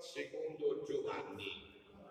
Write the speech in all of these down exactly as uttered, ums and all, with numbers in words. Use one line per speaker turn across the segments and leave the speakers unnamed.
secondo Giovanni.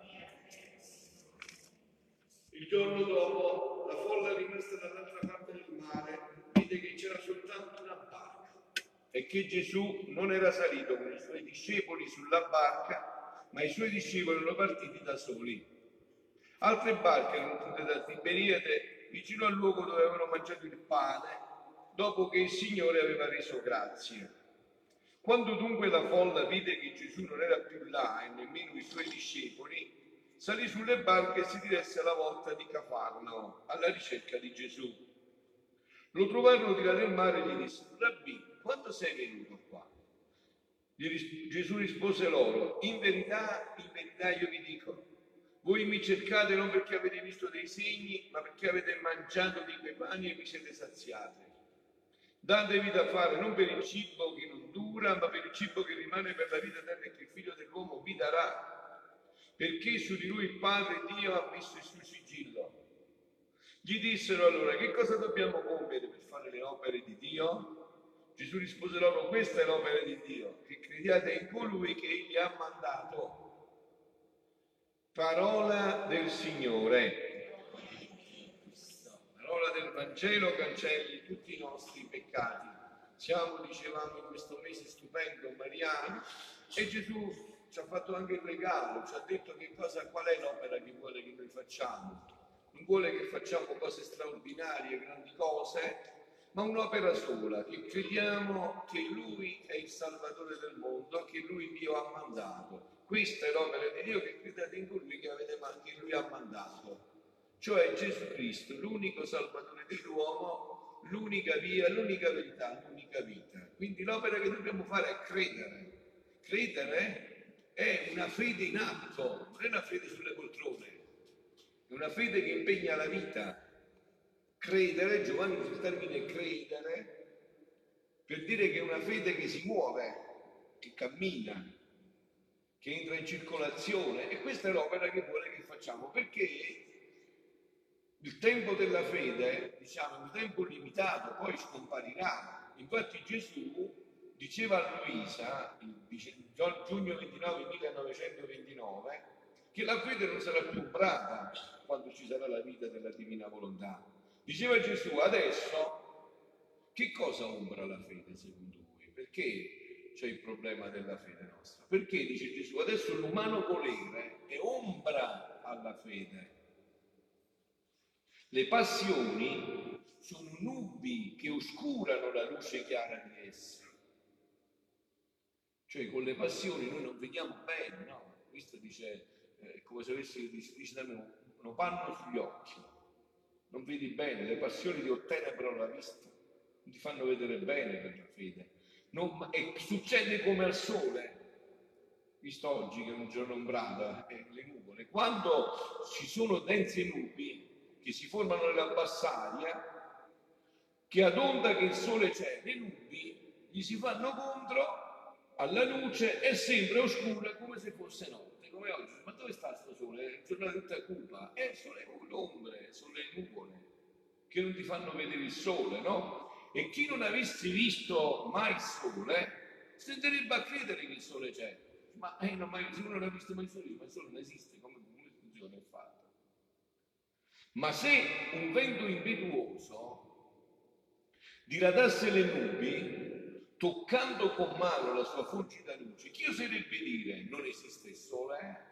Il giorno dopo la folla rimasta dall'altra parte del mare vide che c'era soltanto una barca e che Gesù non era salito con i suoi discepoli sulla barca, ma i suoi discepoli erano partiti da soli. Altre barche erano venute da Tiberiade vicino al luogo dove avevano mangiato il pane dopo che il Signore aveva reso grazie. Quando dunque la folla vide che Gesù non era più là e nemmeno i suoi discepoli, salì sulle barche e si diresse alla volta di Cafarnao alla ricerca di Gesù. Lo trovarono di là del mare e gli dissero: Rabbì, quando sei venuto qua? Gli, Gesù rispose loro: in verità, in verità io vi dico, voi mi cercate non perché avete visto dei segni, ma perché avete mangiato di quei pani e vi siete saziati. Datevi da fare non per il cibo che non dura, ma per il cibo che rimane per la vita eterna e che il Figlio dell'uomo vi darà, perché su di lui il Padre Dio ha messo il suo sigillo. Gli dissero allora: che cosa dobbiamo compiere per fare le opere di Dio? Gesù rispose loro: questa è l'opera di Dio, che crediate in colui che egli ha mandato. Parola del Signore. Parola del Vangelo cancelli tutti i nostri peccati. Siamo, dicevamo, in questo mese stupendo mariano e Gesù ci ha fatto anche il regalo, ci ha detto che cosa, qual è l'opera che vuole che noi facciamo. Non vuole che facciamo cose straordinarie, grandi cose, ma un'opera sola, che crediamo che Lui è il Salvatore del mondo, che Lui Dio ha mandato. Questa è l'opera di Dio, che credete in colui che, avete, che Lui ha mandato. Cioè Gesù Cristo, l'unico Salvatore dell'uomo, l'unica via, l'unica verità, l'unica vita. Quindi l'opera che dobbiamo fare è credere. Credere è una fede in atto, non è una fede sulle poltrone, è una fede che impegna la vita. Credere, Giovanni usa il termine credere, per dire che è una fede che si muove, che cammina, che entra in circolazione, e questa è l'opera che vuole che facciamo, perché il tempo della fede, diciamo, è un tempo limitato, poi scomparirà. Infatti Gesù diceva a Luisa, il giugno ventinove millenovecentoventinove, che la fede non sarà più obrata quando ci sarà la vita della divina volontà. Diceva Gesù: adesso che cosa ombra la fede secondo voi? Perché c'è il problema della fede nostra? Perché, dice Gesù, adesso l'umano volere è ombra alla fede. Le passioni sono nubi che oscurano la luce chiara di esse. Cioè con le passioni noi non vediamo bene, no? Questo dice, eh, come se avessi, dice da me, uno panno sugli occhi. Non vedi bene, le passioni ti ottenebrano la vista, non ti fanno vedere bene per la fede. Non, e succede come al sole, visto oggi che è un giorno ombrato, eh, le nuvole. Quando ci sono dense nubi che si formano nella bassaria, che ad onda che il sole c'è, le nubi gli si fanno contro alla luce e sembra oscura come se fosse notte, come oggi. Ma dove sta sto sole? È giornata tutta cupa. E sono le ombre, sono le nuvole che non ti fanno vedere il sole, no? E chi non avesse visto mai il sole si tenderebbe a credere che il sole c'è. Ma eh, non mai, se uno non ha visto mai il sole, ma il sole non esiste, come, come funziona il fatto? Ma se un vento impetuoso diradasse le nubi, toccando con mano la sua fulgida luce, chi oserebbe dire non esiste il sole?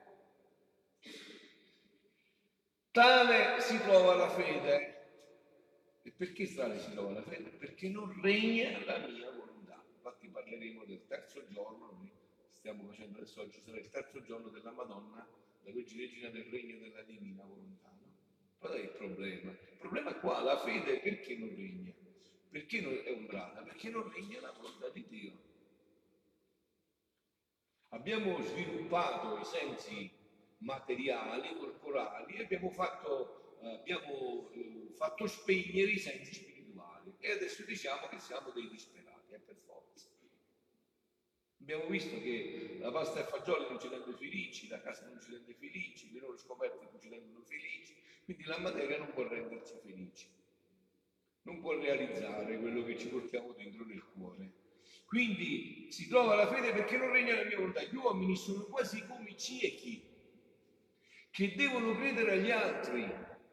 Tale si trova la fede. E perché tale si trova la fede? Perché non regna la mia volontà. Infatti parleremo del terzo giorno, noi stiamo facendo adesso, oggi sarà il terzo giorno della Madonna, la Vergine Regina del Regno della Divina Volontà. No? Qual è il problema? Il problema è qua, la fede perché non regna? Perché non è ombrata? Perché non regna la volontà di Dio. Abbiamo sviluppato i sensi materiali, corporali, e abbiamo fatto, eh, abbiamo, eh, fatto spegnere i sensi spirituali. E adesso diciamo che siamo dei disperati, è per forza. Abbiamo visto che la pasta e fagioli non ci rende felici, la casa non ci rende felici, le loro scoperte non ci rendono felici, quindi la materia non può renderci felici. Non può realizzare quello che ci portiamo dentro nel cuore. Quindi si trova la fede perché non regna la mia volontà. Gli uomini sono quasi come ciechi che devono credere agli altri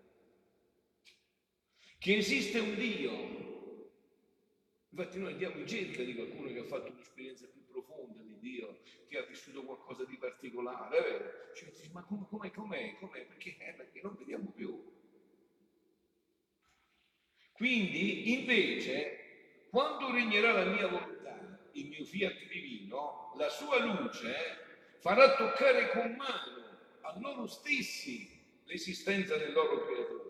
che esiste un Dio. Infatti noi andiamo in cerca di qualcuno che ha fatto un'esperienza più profonda di Dio, che ha vissuto qualcosa di particolare, è vero? Cioè, ma come, com'è, com'è, com'è? Perché? Eh, perché non vediamo più. Quindi, invece, quando regnerà la mia volontà, il mio fiat divino, la sua luce farà toccare con mano a loro stessi l'esistenza del loro creatore.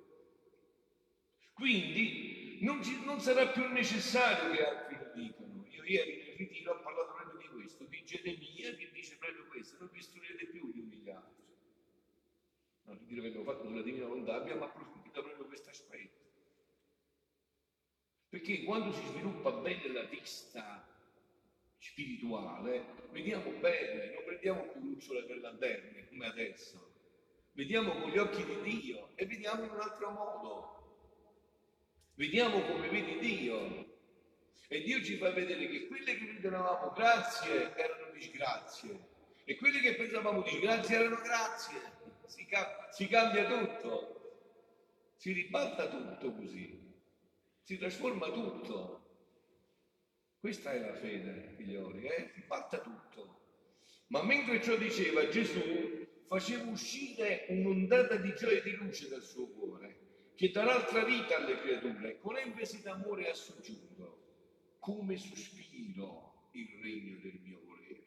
Quindi non, ci, non sarà più necessario che altri lo dicano. Io ieri nel ritiro ho parlato proprio di questo, di Geremia che dice proprio questo: non vi istruirete più gli uni gli altri. No, il ritiro che abbiamo fatto sulla divina volontà abbiamo approfondito proprio questo aspetto. Perché quando si sviluppa bene la vista spirituale, vediamo bene, non prendiamo più lucciole per lanterne come adesso. Vediamo con gli occhi di Dio e vediamo in un altro modo. Vediamo come vede Dio. E Dio ci fa vedere che quelle che ritenevamo grazie erano disgrazie e quelle che pensavamo disgrazie erano grazie. Si, ca- si cambia tutto, si ribalta tutto così, si trasforma tutto. Questa è la fede, figlioli, eh? Ribalta tutto. Ma mentre ciò diceva, Gesù faceva uscire un'ondata di gioia e di luce dal suo cuore, che dà l'altra vita alle creature, con enfasi d'amore a soggiunto, come sospiro il regno del mio volere.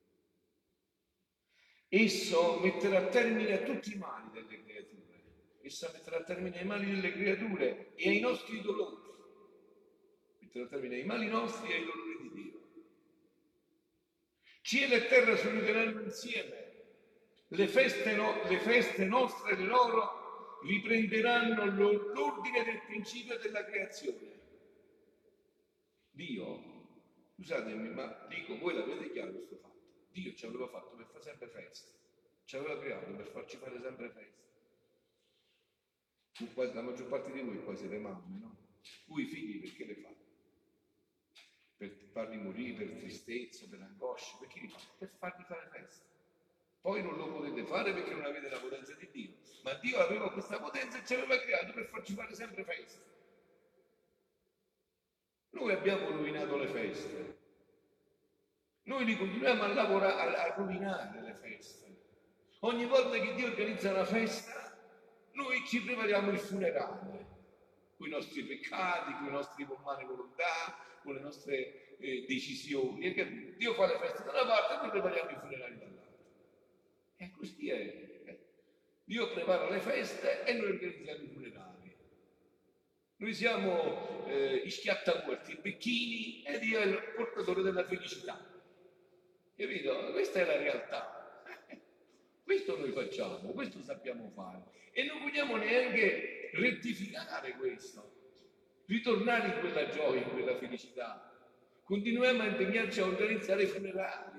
Esso metterà termine a tutti i mali delle creature, essa metterà termine ai mali delle creature e ai nostri dolori, metterà termine ai mali nostri e ai dolori di Dio. Cielo e terra si uniranno insieme, le feste, no, le feste nostre e le loro riprenderanno l'ordine del principio della creazione. Dio, scusatemi, ma dico, voi l'avete chiaro questo fatto? Dio ci aveva fatto per fare sempre feste, ci aveva creato per farci fare sempre feste. La maggior parte di voi qua siete mamme, no? Voi figli perché le fate? Per farli morire, per tristezza, per angoscia, perché li fate? Per farli fare feste. Poi non lo potete fare perché non avete la potenza di Dio, ma Dio aveva questa potenza e ci aveva creato per farci fare sempre feste. Noi abbiamo rovinato le feste, noi li continuiamo a lavorare, a rovinare le feste. Ogni volta che Dio organizza una festa, noi ci prepariamo il funerale, con i nostri peccati, con i nostri male volontà, con le nostre eh, decisioni. E Dio fa le feste da una parte e noi prepariamo i funerali dall'altra. E così è. Dio prepara le feste e noi organizziamo i funerali. Noi siamo eh, i schiattamorti, i becchini, e Dio è il portatore della felicità. Capito? Questa è la realtà. Questo noi facciamo, questo sappiamo fare. E non vogliamo neanche rettificare questo, ritornare in quella gioia, in quella felicità. Continuiamo a impegnarci a organizzare i funerali,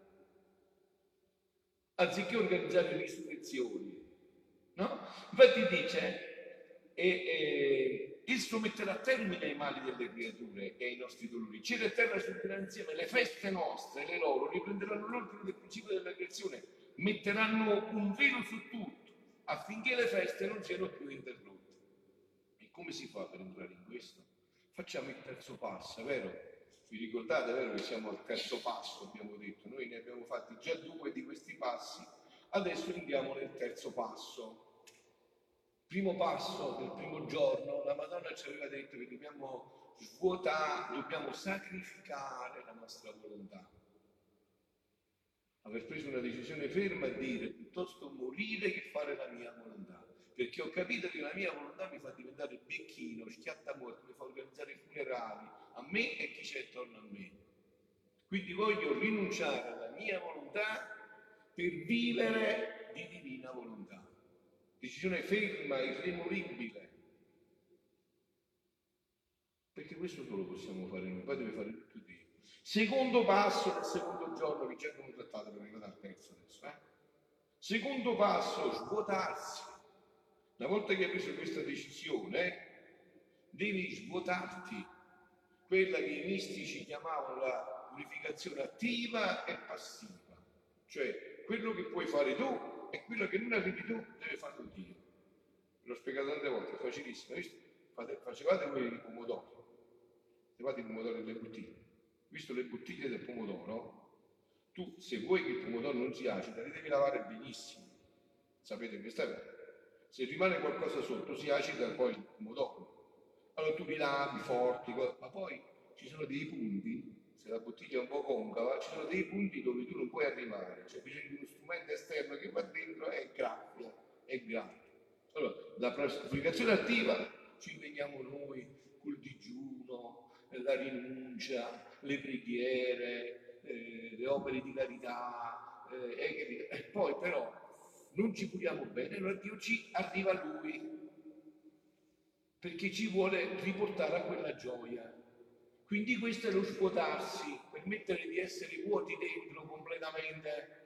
anziché organizzare risurrezioni. No? Infatti dice, e, e, esso metterà a termine ai mali delle creature e ai nostri dolori. Cielo e terra si uniranno insieme, le feste nostre, le loro, riprenderanno l'ordine del principio della creazione, metteranno un velo su tutto, affinché le feste non siano più interrotte. E come si fa per entrare in questo? Facciamo il terzo passo, è vero? Vi ricordate, è vero che siamo al terzo passo, abbiamo detto, noi ne abbiamo fatti già due di questi passi, adesso andiamo nel terzo passo. Primo passo del primo giorno, la Madonna ci aveva detto che dobbiamo svuotare, dobbiamo sacrificare la nostra volontà. Aver preso una decisione ferma e dire piuttosto morire che fare la mia volontà, perché ho capito che la mia volontà mi fa diventare becchino, schiattamorto, mi fa organizzare i funerali a me e chi c'è attorno a me. Quindi voglio rinunciare alla mia volontà per vivere di divina volontà. Decisione ferma, irremovibile. Perché questo solo possiamo fare noi, poi deve fare tutto Dio. Secondo passo del secondo giorno, che già abbiamo trattato, per arrivare al terzo adesso. Eh? Secondo passo, svuotarsi. Una volta che hai preso questa decisione, devi svuotarti, quella che i mistici chiamavano la purificazione attiva e passiva, cioè quello che puoi fare tu e quello che non arrivi tu deve farlo Dio. L'ho spiegato tante volte, è facilissimo, visto? Fate, facevate voi i pomodori, levate i pomodori nelle bottiglie, visto le bottiglie del pomodoro, tu se vuoi che il pomodoro non sia acido, li devi lavare benissimo, sapete che sta bene. Se rimane qualcosa sotto si acida poi il pomodoro. Allora tu li lavi forti, ma poi ci sono dei punti, se la bottiglia è un po' concava, ci sono dei punti dove tu non puoi arrivare, c'è bisogno di uno strumento esterno che va dentro e graffia, e graffia. Allora, la purificazione attiva ci impegniamo noi col digiuno, la rinuncia, le preghiere, eh, le opere di carità, eh, e, e poi però non ci curiamo bene, allora Dio ci arriva a Lui, perché ci vuole riportare a quella gioia. Quindi questo è lo svuotarsi, permettere di essere vuoti dentro completamente,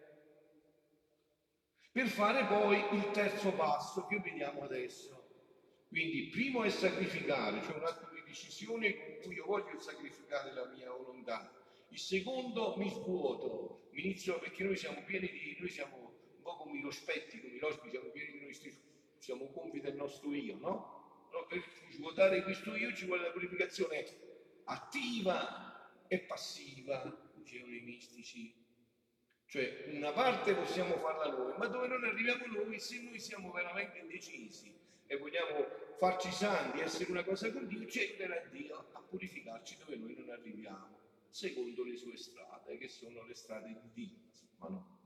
per fare poi il terzo passo che vediamo adesso. Quindi il primo è sacrificare, cioè un atto di decisione con cui io voglio sacrificare la mia volontà. Il secondo, mi svuoto, mi inizio, perché noi siamo pieni di, noi siamo un po' come i rospetti, come i rospi, siamo pieni di noi stessi, siamo convi del nostro io, no? Però per svuotare questo io ci vuole la purificazione attiva e passiva, dicevano i mistici. Cioè una parte possiamo farla noi, ma dove non arriviamo noi, se noi siamo veramente indecisi e vogliamo farci santi, essere una cosa con Dio, chiedere a Dio a purificarci dove noi non arriviamo, secondo le sue strade, che sono le strade di Dio. Insomma, no?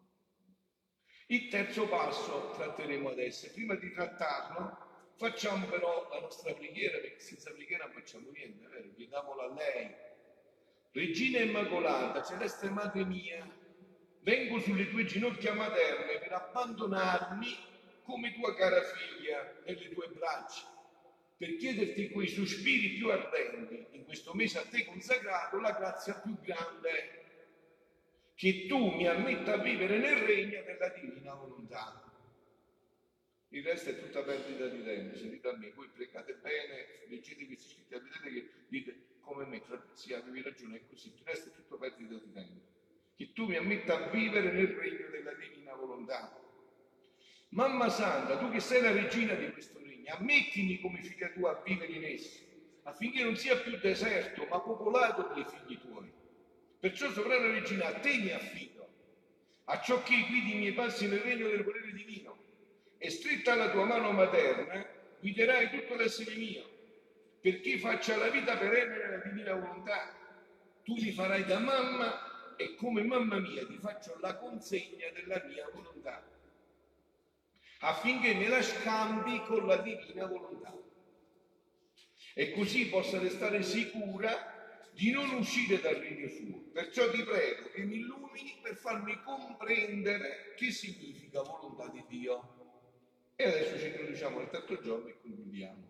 Il terzo passo tratteremo adesso. Prima di trattarlo, facciamo però la nostra preghiera, perché senza preghiera non facciamo niente, vero? Chiediamola a lei. Regina Immacolata, Celeste Madre mia, vengo sulle tue ginocchia materne per abbandonarmi come tua cara figlia nelle tue braccia, per chiederti quei sospiri più ardenti in questo mese a te consacrato, la grazia più grande, che tu mi ammetta a vivere nel regno della divina volontà. Il resto è tutta perdita di tempo, sentite a me, voi pregate bene, leggete questi scritti, vedete che dite come me, sì, avevi ragione, è così, il resto è tutto perdita di tempo. Che tu mi ammetta a vivere nel regno della divina volontà. Mamma Santa, tu che sei la regina di questo regno, ammettimi come figlia tua a vivere in esso, affinché non sia più deserto, ma popolato dai figli tuoi. Perciò, sovrana regina, a te mi affido, a ciò che guidi i miei passi nel regno del volere divino, e stretta alla tua mano materna, guiderai tutto l'essere mio, perché faccia la vita perenne nella divina volontà. Tu mi farai da mamma e come mamma mia ti faccio la consegna della mia volontà, affinché me la scambi con la divina volontà e così possa restare sicura di non uscire dal regno suo. Perciò ti prego che mi illumini per farmi comprendere che significa volontà di Dio. E adesso ci introduciamo al terzo giorno e concludiamo.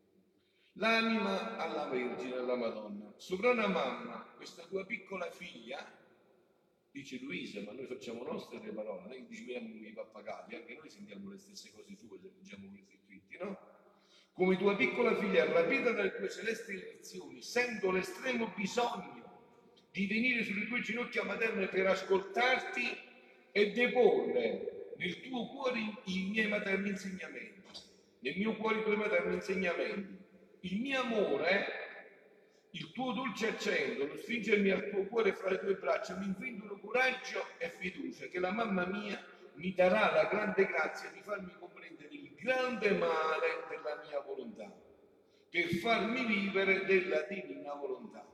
L'anima alla Vergine, alla Madonna. Sovrana mamma, questa tua piccola figlia, dice Luisa, ma noi facciamo nostre le parole, non è che diciamo i pappagalli, anche noi sentiamo le stesse cose sue se leggiamo questi scritti, no? Come tua piccola figlia, rapita dalle tue celesti elezioni, sento l'estremo bisogno di venire sulle tue ginocchia materne per ascoltarti e deporre nel tuo cuore i miei materni insegnamenti, nel mio cuore i tuoi materni insegnamenti. Il mio amore, il tuo dolce accento, lo stringermi al tuo cuore fra le tue braccia, mi infondono coraggio e fiducia che la mamma mia mi darà la grande grazia di farmi comprendere il grande male della mia volontà, per farmi vivere della divina volontà.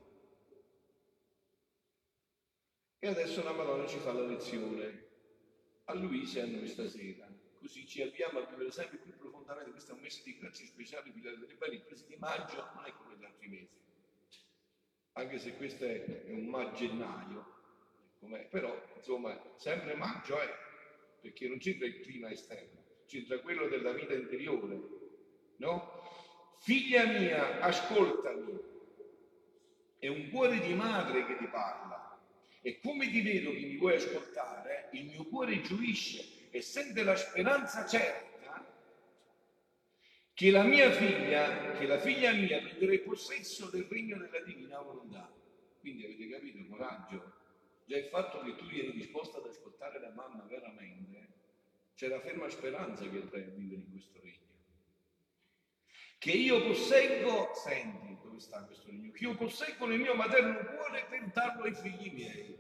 E adesso la Madonna ci fa la lezione a Luisa e a noi stasera, così ci avviamo a vivere sempre più profondamente. Questo è un mese di grazie speciali, il mese di maggio non è come gli altri mesi, anche se questo è un maggio-gennaio, però insomma sempre maggio è, perché non c'entra il clima esterno, c'entra quello della vita interiore, no? Figlia mia, ascoltami, è un cuore di madre che ti parla, e come ti vedo che mi vuoi ascoltare, il mio cuore gioisce e sente la speranza certa che la mia figlia, che la figlia mia prenderà possesso del regno della divina volontà. Quindi avete capito, coraggio. Già il fatto che tu eri disposta ad ascoltare la mamma veramente, c'è la ferma speranza che andrai a vivere in questo regno. Che io posseggo, senti dove sta questo regno, che io posseggo nel mio materno cuore per darlo ai figli miei.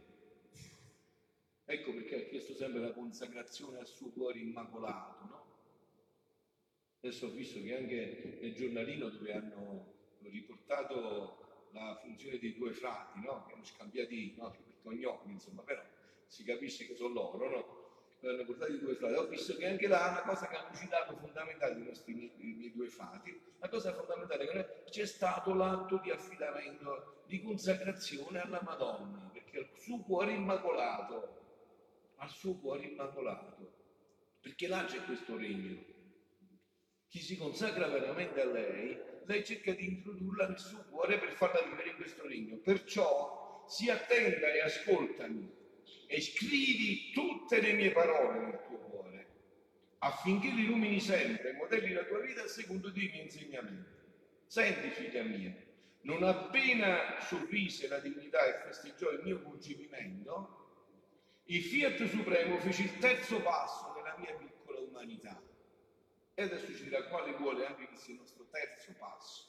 Ecco perché ha chiesto sempre la consacrazione al suo cuore immacolato, no? Adesso ho visto che anche nel giornalino dove hanno riportato la funzione dei due frati, no? Che hanno scambiati, no? I cognomi, insomma, però si capisce che sono loro, no? Hanno portato i due frati. Ho visto che anche là una cosa che hanno citato fondamentale dei nostri miei, miei due frati, la cosa fondamentale è che c'è stato l'atto di affidamento, di consacrazione alla Madonna, perché il suo cuore immacolato, al suo cuore immacolato, perché là c'è questo regno. Chi si consacra veramente a lei, lei cerca di introdurla nel suo cuore per farla vivere in questo regno. Perciò si attenta e ascoltami e scrivi tutte le mie parole nel tuo cuore, affinché li illumini sempre e modelli la tua vita secondo i miei insegnamenti. Senti, figlia mia, non appena sorrise la divinità e festeggiò il mio concepimento, il Fiat Supremo fece il terzo passo nella mia piccola umanità. E adesso ci dirà quale vuole anche che sia il nostro terzo passo.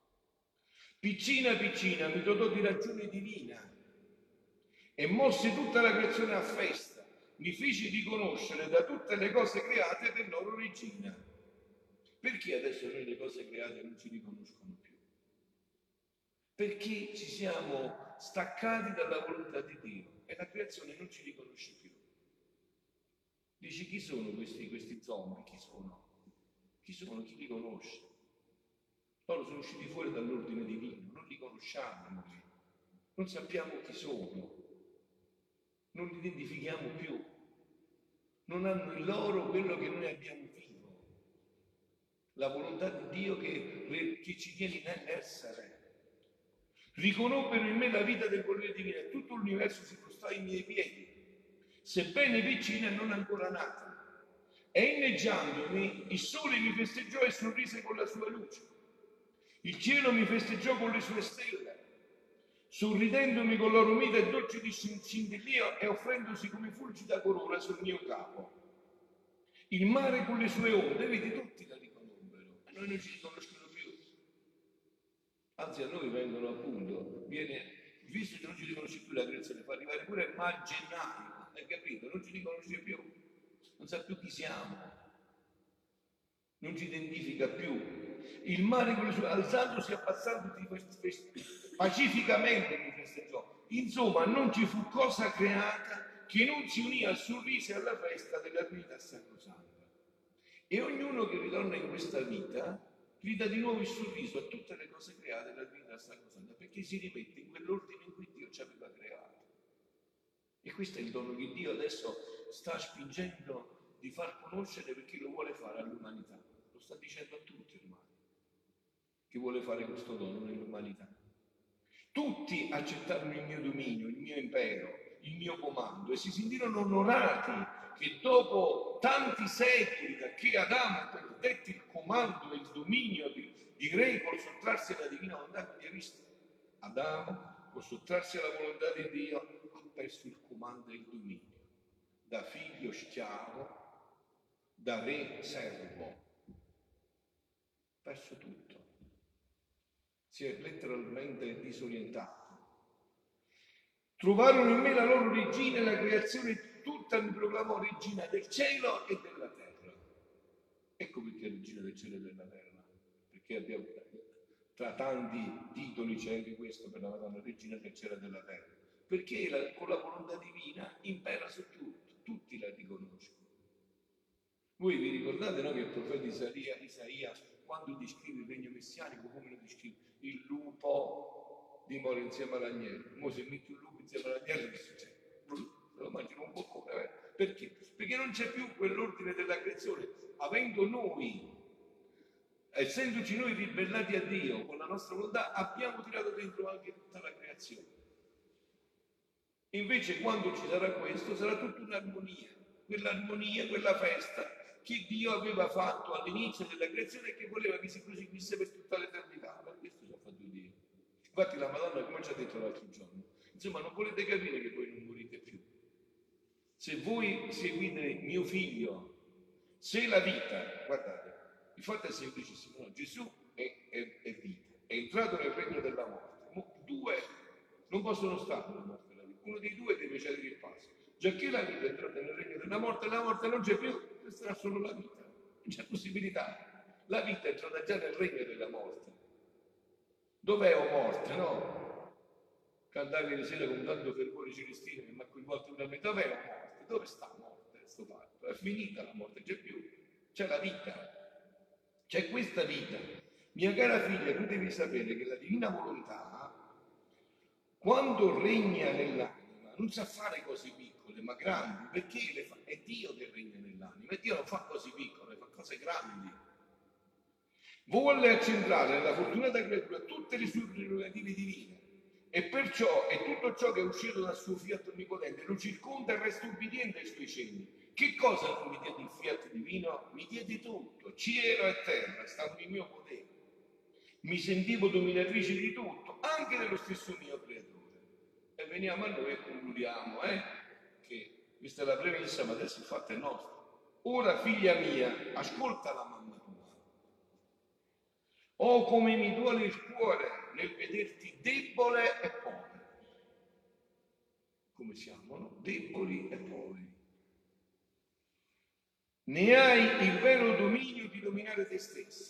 Piccina piccina mi dotò di ragione divina e mosse tutta la creazione a festa, mi fece riconoscere da tutte le cose create per loro regina. Perché adesso noi le cose create non ci riconoscono più? Perché ci siamo staccati dalla volontà di Dio e la creazione non ci riconosce più. Dici, chi sono questi, questi zombie? Chi sono? Chi sono? Chi li conosce? Loro sono usciti fuori dall'ordine divino, non li conosciamo noi, non sappiamo chi sono, non li identifichiamo più, non hanno in loro quello che noi abbiamo vivo, la volontà di Dio che, che ci tiene nell'essere. Riconobbero in me la vita del volere divino e tutto l'universo si prostrò ai miei piedi, sebbene piccina e non ancora nata. E inneggiandomi, il sole mi festeggiò e sorrise con la sua luce. Il cielo mi festeggiò con le sue stelle, sorridendomi con loro mita e dolce di scintillio e offrendosi come fulgida corona sul mio capo. Il mare con le sue onde, vedi, tutti la riconobbero, e noi non ci riconoscono più. Anzi, a noi vengono appunto, viene, visto che non ci riconosce più la creazione, fa arrivare pure il gennaio, hai capito? Non ci riconosce più. Non sa più chi siamo, non ci identifica più. Il mare con le sue alzandosi e abbassandosi pacificamente mi festeggiò. Insomma, non ci fu cosa creata che non si unì al sorriso e alla festa della vita sacrosanta. E ognuno che ritorna in questa vita grida di nuovo il sorriso a tutte le cose create della vita sacrosanta, perché si rimette in quell'ordine in cui Dio ci aveva creato. E questo è il dono che Dio adesso sta spingendo di far conoscere, perché lo vuole fare all'umanità. Lo sta dicendo a tutti ormai, che vuole fare questo dono nell'umanità. Tutti accettarono il mio dominio, il mio impero, il mio comando e si sentirono onorati che dopo tanti secoli, da che Adamo perdette il comando e il dominio di, di re col sottrarsi alla divina volontà, quindi hai visto? Adamo, col sottrarsi alla volontà di Dio, ha perso il comando e il dominio. Da figlio schiavo, da re servo, perso tutto, si è letteralmente disorientato. Trovarono in me la loro regina e la creazione tutta mi proclamò regina del cielo e della terra. Ecco perché regina del cielo e della terra, perché abbiamo, tra tanti titoli c'è anche questo per la Madonna, regina del cielo e della terra, perché la, con la volontà divina impera su tutto, tutti la riconoscono. Voi vi ricordate, no, che il profeta Isaia, Isaia quando descrive il regno messianico, come lo descrive? Il lupo dimora insieme all'agnello. Mo se metti un lupo insieme all'agnello, che succede? Lo mangiano un po' come, eh? Perché? Perché non c'è più quell'ordine della creazione. Avendo noi, essendoci noi ribellati a Dio con la nostra volontà, abbiamo tirato dentro anche tutta la creazione. Invece quando ci sarà questo, sarà tutta un'armonia, quell'armonia, quella festa che Dio aveva fatto all'inizio della creazione e che voleva che si proseguisse per tutta l'eternità. Per questo ci ha fatto Dio. Infatti la Madonna, come ci ha detto l'altro giorno, insomma non volete capire che voi non morite più. Se voi seguite mio figlio, se la vita, guardate, il fatto è semplicissimo, no? Gesù è, è, è vita, è entrato nel regno della morte. Due non possono stare nella morte e la vita, uno dei due deve cedere il passo. Giacché la vita è entrata nel regno della morte, la morte non c'è più, resterà solo la vita, non c'è possibilità. La vita è entrata già nel regno della morte. Dov'è o morte, no? Cantavi ieri sera con tanto fervore Celestino che mi ha coinvolto una metà. Dov'è la morte? Dove sta la morte? Sto fatto? È finita la morte, c'è più. C'è la vita. C'è questa vita. Mia cara figlia, tu devi sapere che la divina volontà, quando regna nell'anima, non sa fare cose piccole, ma grandi, perché le fa? È Dio che regna nell'anima, e Dio non fa cose piccole, fa cose grandi. Volle accentrare nella fortunata creatura tutte le sue prerogative divine, e perciò è tutto ciò che è uscito dal suo fiat onnipotente lo circonda e resta ubbidiente ai suoi cenni. Che cosa non mi diede il fiat divino? Mi diede tutto, cielo e terra, stanno in mio potere. Mi sentivo dominatrice di tutto, anche dello stesso mio creatore. E veniamo a noi e concludiamo, eh? Che questa è la premessa, ma adesso il fatto è nostro. Ora, figlia mia, ascolta la mamma tua. Oh, come mi duole il cuore nel vederti debole e povera. Come siamo, no? Deboli e poveri. Ne hai il vero dominio di dominare te stesso.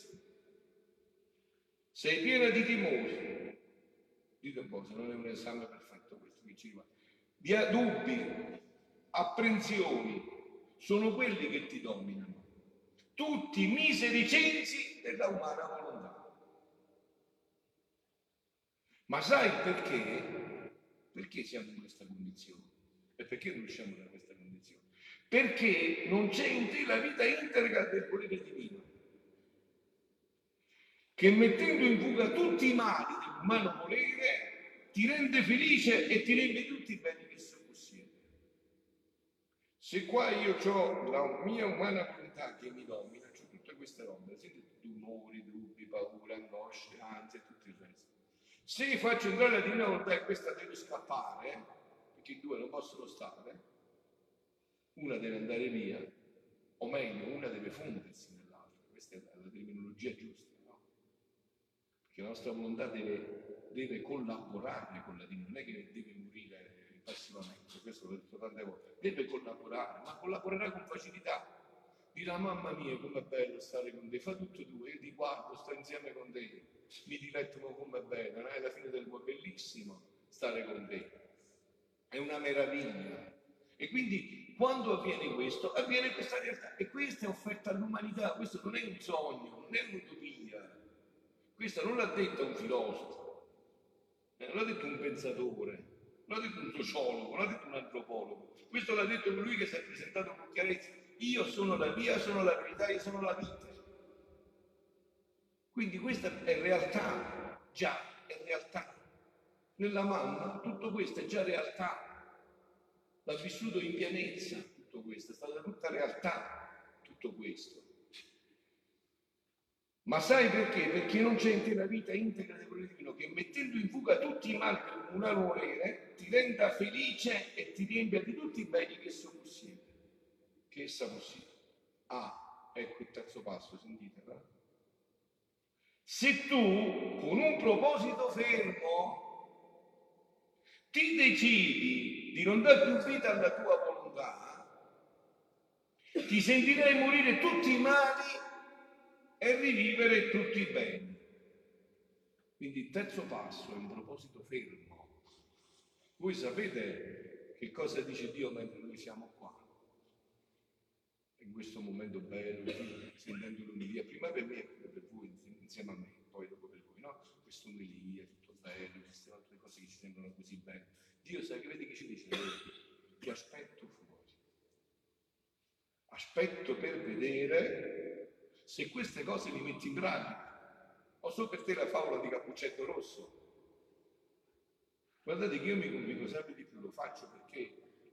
Sei piena di timori. Dite un po', se non è un esame perfetto questo che ci riguarda. Di dubbi, apprensioni, sono quelli che ti dominano. Tutti miseri censi della umana volontà. Ma sai perché? Perché siamo in questa condizione? E perché non usciamo da questa condizione? Perché non c'è in te la vita integra del volere divino, che mettendo in fuga tutti i mali dell'umano volere ti rende felice e ti rende tutti i beni che so possiede. Se qua io ho la mia umana volontà che mi domina, ho tutte queste robe, sentite, tumori, dubbi, paure, angosce, ansia e tutto il resto. Se faccio entrare la divina volontà e questa deve scappare, perché i due non possono stare, una deve andare via, o meglio, una deve fondersi nell'altra. Questa è la terminologia giusta, no? Perché la nostra volontà deve, deve collaborare con la divina, non è che deve morire passivamente, questo l'ho detto tante volte, deve collaborare, ma collaborerà con facilità. Dirà, mamma mia, com'è bello stare con te, fa tutto tu, io ti guardo, sto insieme con te, mi diletto come bello, no? È la fine del mondo, è bellissimo stare con te, è una meraviglia. E quindi quando avviene questo, avviene questa realtà, e questa è offerta all'umanità, questo non è un sogno, non è un'utopia, questo non l'ha detto un filosofo, eh, non l'ha detto un pensatore, non l'ha detto un sociologo, non l'ha detto un antropologo, questo l'ha detto lui che si è presentato con chiarezza. Io sono la via, sono la verità, io sono la vita. Quindi questa è realtà, già, è realtà. Nella mamma tutto questo è già realtà. L'ha vissuto in pienezza tutto questo, è stata tutta realtà tutto questo. Ma sai perché? Perché non c'è in te la vita integra del volere divino che mettendo in fuga tutti i mali del comunale volere ti renda felice e ti riempia di tutti i beni che esso possiede. Che essa possiede. Ah, ecco il terzo passo, sentite, no? Se tu con un proposito fermo ti decidi di non dare più vita alla tua volontà, ti sentirai morire tutti i mali e rivivere tutti i beni. Quindi il terzo passo è un proposito fermo. Voi sapete che cosa dice Dio mentre noi siamo qua? In questo momento bello, sentendo l'umilia, prima per me e poi per voi, insieme a me, poi dopo per voi, no? Questa umilia, tutto bello, queste altre cose che ci sembrano così belle. Dio, sai che vedi che ci dice? Ti aspetto fuori. Aspetto per vedere se queste cose li metti in pratica. Ho so per te la favola di Cappuccetto Rosso. Guardate che io mi convinco sempre di più, lo faccio perché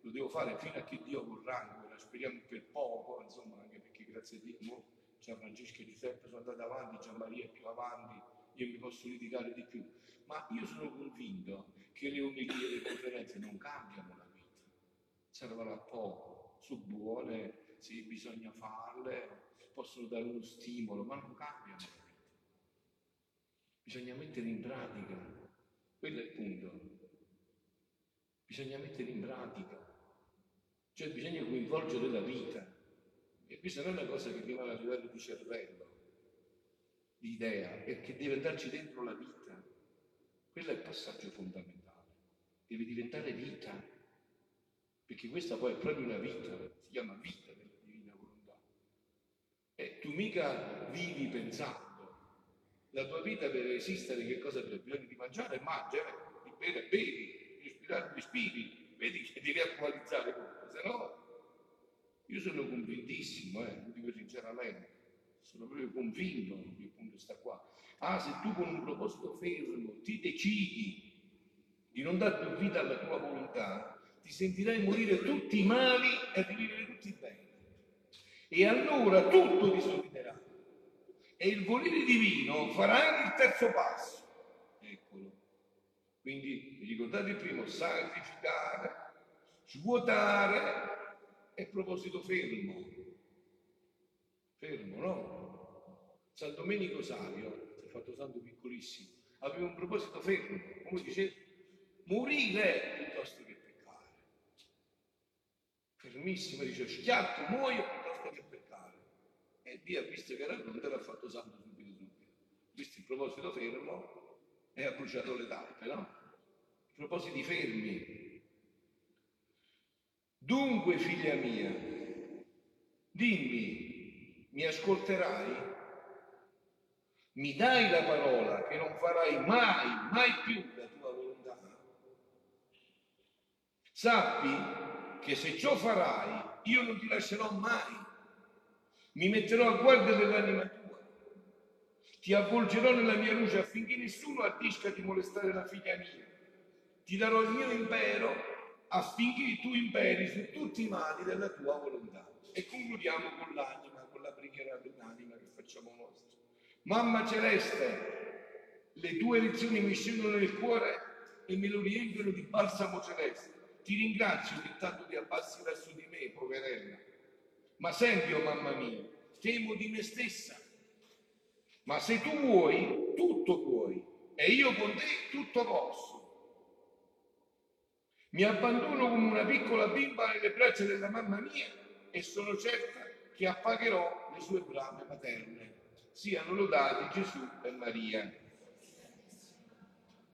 lo devo fare fino a che Dio vorrà, ora speriamo per poco, insomma, anche perché grazie a Dio, no? Già Francesca e Giuseppe sono andati avanti, Gian Maria è più avanti, io mi posso litigare di più, ma io sono convinto che le omelie e le conferenze non cambiano la vita, servono a poco, sono buone, sì, bisogna farle, possono dare uno stimolo, ma non cambiano la vita. Bisogna mettere in pratica, quello è il punto. Bisogna mettere in pratica, cioè bisogna coinvolgere la vita. E questa non è una cosa che rimane a livello di cervello, di idea, è che deve andarci dentro la vita. Quello è il passaggio fondamentale. Deve diventare vita, perché questa poi è proprio una vita, si chiama vita della divina volontà. E tu mica vivi pensando. La tua vita per esistere che cosa hai bisogno di mangiare? Mangia, di bere, bevi, di respirare, respiri. Vedi che devi attualizzare tutto, se no io sono convintissimo, eh, lo dico sinceramente, sono proprio convinto che il punto sta qua. Ah, se tu con un proposito fermo ti decidi di non dare più vita alla tua volontà, ti sentirai morire tutti i mali e rivivere tutti i beni. E allora tutto ti sorriderà. E il volere divino farà anche il terzo passo. Eccolo. Quindi ricordate il primo, sacrificare, svuotare e proposito fermo. Fermo, no? San Domenico Savio, si è fatto santo piccolissimo, aveva un proposito fermo, come dice, morire piuttosto che peccare. Fermissimo, dice, schiatto, muoio piuttosto che peccare. E Dio ha visto che era pronto e l'ha fatto santo subito subito. Visto il proposito fermo e ha bruciato le tappe, no? Propositi fermi. Dunque, figlia mia, dimmi, mi ascolterai? Mi dai la parola che non farai mai, mai più la tua volontà? Sappi che se ciò farai, io non ti lascerò mai. Mi metterò a guardia dell'anima tua. Ti avvolgerò nella mia luce affinché nessuno ardisca di molestare la figlia mia. Ti darò il mio impero affinché tu imperi su tutti i mali della tua volontà. E concludiamo con l'anima, con la preghiera dell'anima che facciamo nostra. Mamma Celeste, le tue lezioni mi scendono nel cuore e me lo riempiono di balsamo celeste. Ti ringrazio che tanto ti abbassi verso di me, poverella. Ma senti, oh mamma mia, temo di me stessa. Ma se tu vuoi, tutto puoi, e io con te tutto posso. Mi abbandono come una piccola bimba nelle braccia della mamma mia e sono certa che appagherò le sue brame materne. Siano lodati Gesù e Maria.